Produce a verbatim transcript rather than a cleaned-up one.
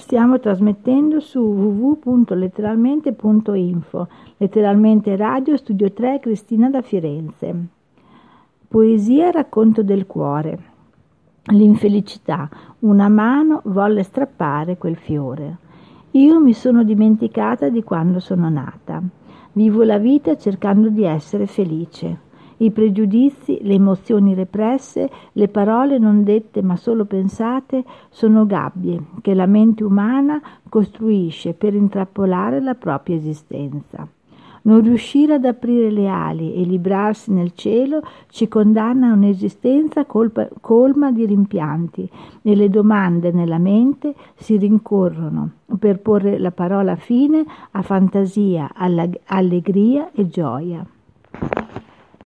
Stiamo trasmettendo su w w w punto letteralmente punto info, letteralmente radio, studio tre, Cristina da Firenze. Poesia, racconto del cuore. L'infelicità, una mano volle strappare quel fiore. Io mi sono dimenticata di quando sono nata. Vivo la vita cercando di essere felice. I pregiudizi, le emozioni represse, le parole non dette ma solo pensate sono gabbie che la mente umana costruisce per intrappolare la propria esistenza. Non riuscire ad aprire le ali e librarsi nel cielo ci condanna a un'esistenza colpa, colma di rimpianti e le domande nella mente si rincorrono per porre la parola fine a fantasia, alla, allegria e gioia.